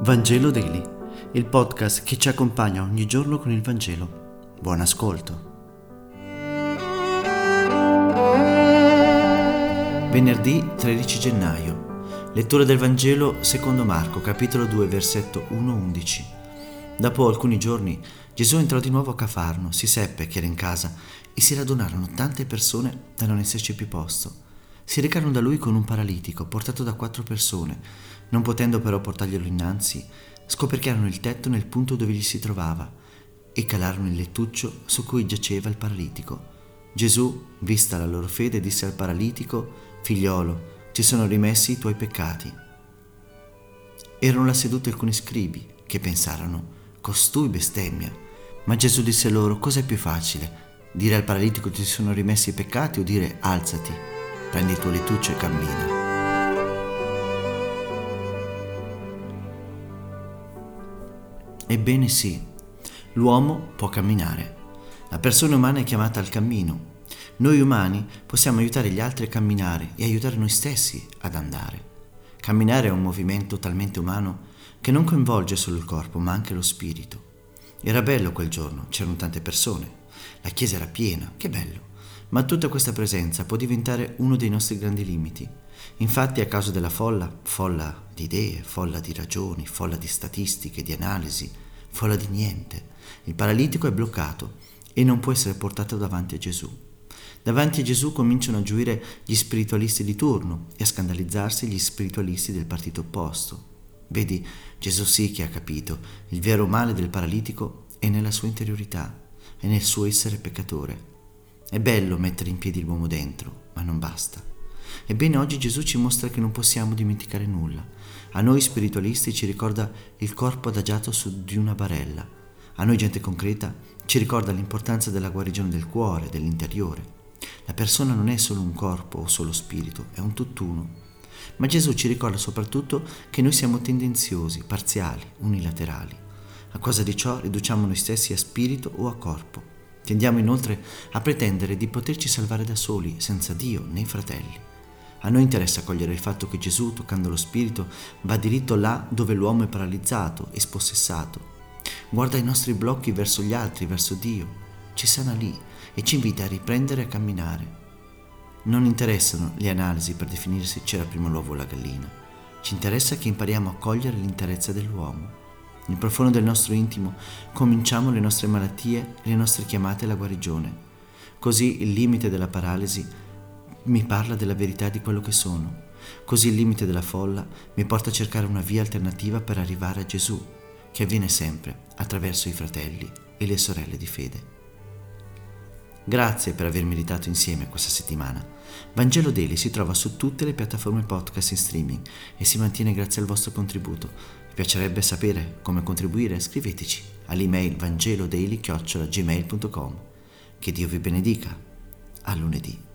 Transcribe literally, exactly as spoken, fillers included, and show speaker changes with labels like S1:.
S1: Vangelo Daily, il podcast che ci accompagna ogni giorno con il Vangelo. Buon ascolto. Venerdì tredici gennaio. Lettura del Vangelo secondo Marco, capitolo due, versetto uno undici. Dopo alcuni giorni Gesù entrò di nuovo a Cafarno, si seppe che era in casa e si radunarono tante persone da non esserci più posto. Si recarono da lui con un paralitico portato da quattro persone. Non potendo però portarglielo innanzi, scoperchiarono il tetto nel punto dove gli si trovava e calarono il lettuccio su cui giaceva il paralitico. Gesù, vista la loro fede, disse al paralitico: «Figliolo, ti sono rimessi i tuoi peccati». Erano là seduti alcuni scribi che pensarono: «Costui bestemmia». Ma Gesù disse loro: «Cos'è più facile? Dire al paralitico ti sono rimessi i peccati o dire alzati, prendi il tuo lettuccio e cammina?» Ebbene sì, l'uomo può camminare. La persona umana è chiamata al cammino. Noi umani possiamo aiutare gli altri a camminare e aiutare noi stessi ad andare. Camminare è un movimento talmente umano che non coinvolge solo il corpo ma anche lo spirito. Era bello quel giorno, c'erano tante persone, la chiesa era piena, che bello. Ma tutta questa presenza può diventare uno dei nostri grandi limiti. Infatti, a causa della folla, folla di idee, folla di ragioni, folla di statistiche, di analisi, folla di niente, il paralitico è bloccato e non può essere portato davanti a Gesù. Davanti a Gesù cominciano a gioire gli spiritualisti di turno e a scandalizzarsi gli spiritualisti del partito opposto. Vedi, Gesù sì che ha capito, il vero male del paralitico è nella sua interiorità, è nel suo essere peccatore. È bello mettere in piedi l'uomo dentro, ma non basta. Ebbene, oggi Gesù ci mostra che non possiamo dimenticare nulla. A noi spiritualisti ci ricorda il corpo adagiato su di una barella. A noi gente concreta ci ricorda l'importanza della guarigione del cuore, dell'interiore. La persona non è solo un corpo o solo spirito, è un tutt'uno. Ma Gesù ci ricorda soprattutto che noi siamo tendenziosi, parziali, unilaterali. A causa di ciò riduciamo noi stessi a spirito o a corpo. Tendiamo inoltre a pretendere di poterci salvare da soli, senza Dio né i fratelli. A noi interessa cogliere il fatto che Gesù, toccando lo spirito, va diritto là dove l'uomo è paralizzato e spossessato. Guarda i nostri blocchi verso gli altri, verso Dio, ci sana lì e ci invita a riprendere a camminare. Non interessano le analisi per definire se c'era prima l'uovo o la gallina. Ci interessa che impariamo a cogliere l'interezza dell'uomo. Nel profondo del nostro intimo cominciamo le nostre malattie e le nostre chiamate alla guarigione. Così il limite della paralisi mi parla della verità di quello che sono. Così il limite della folla mi porta a cercare una via alternativa per arrivare a Gesù, che avviene sempre attraverso i fratelli e le sorelle di fede. Grazie per aver meditato insieme questa settimana. Vangelo Daily si trova su tutte le piattaforme podcast in streaming e si mantiene grazie al vostro contributo. Vi piacerebbe sapere come contribuire? Scriveteci all'email vangelodaily chiocciola gmail punto com. Che Dio vi benedica. A lunedì.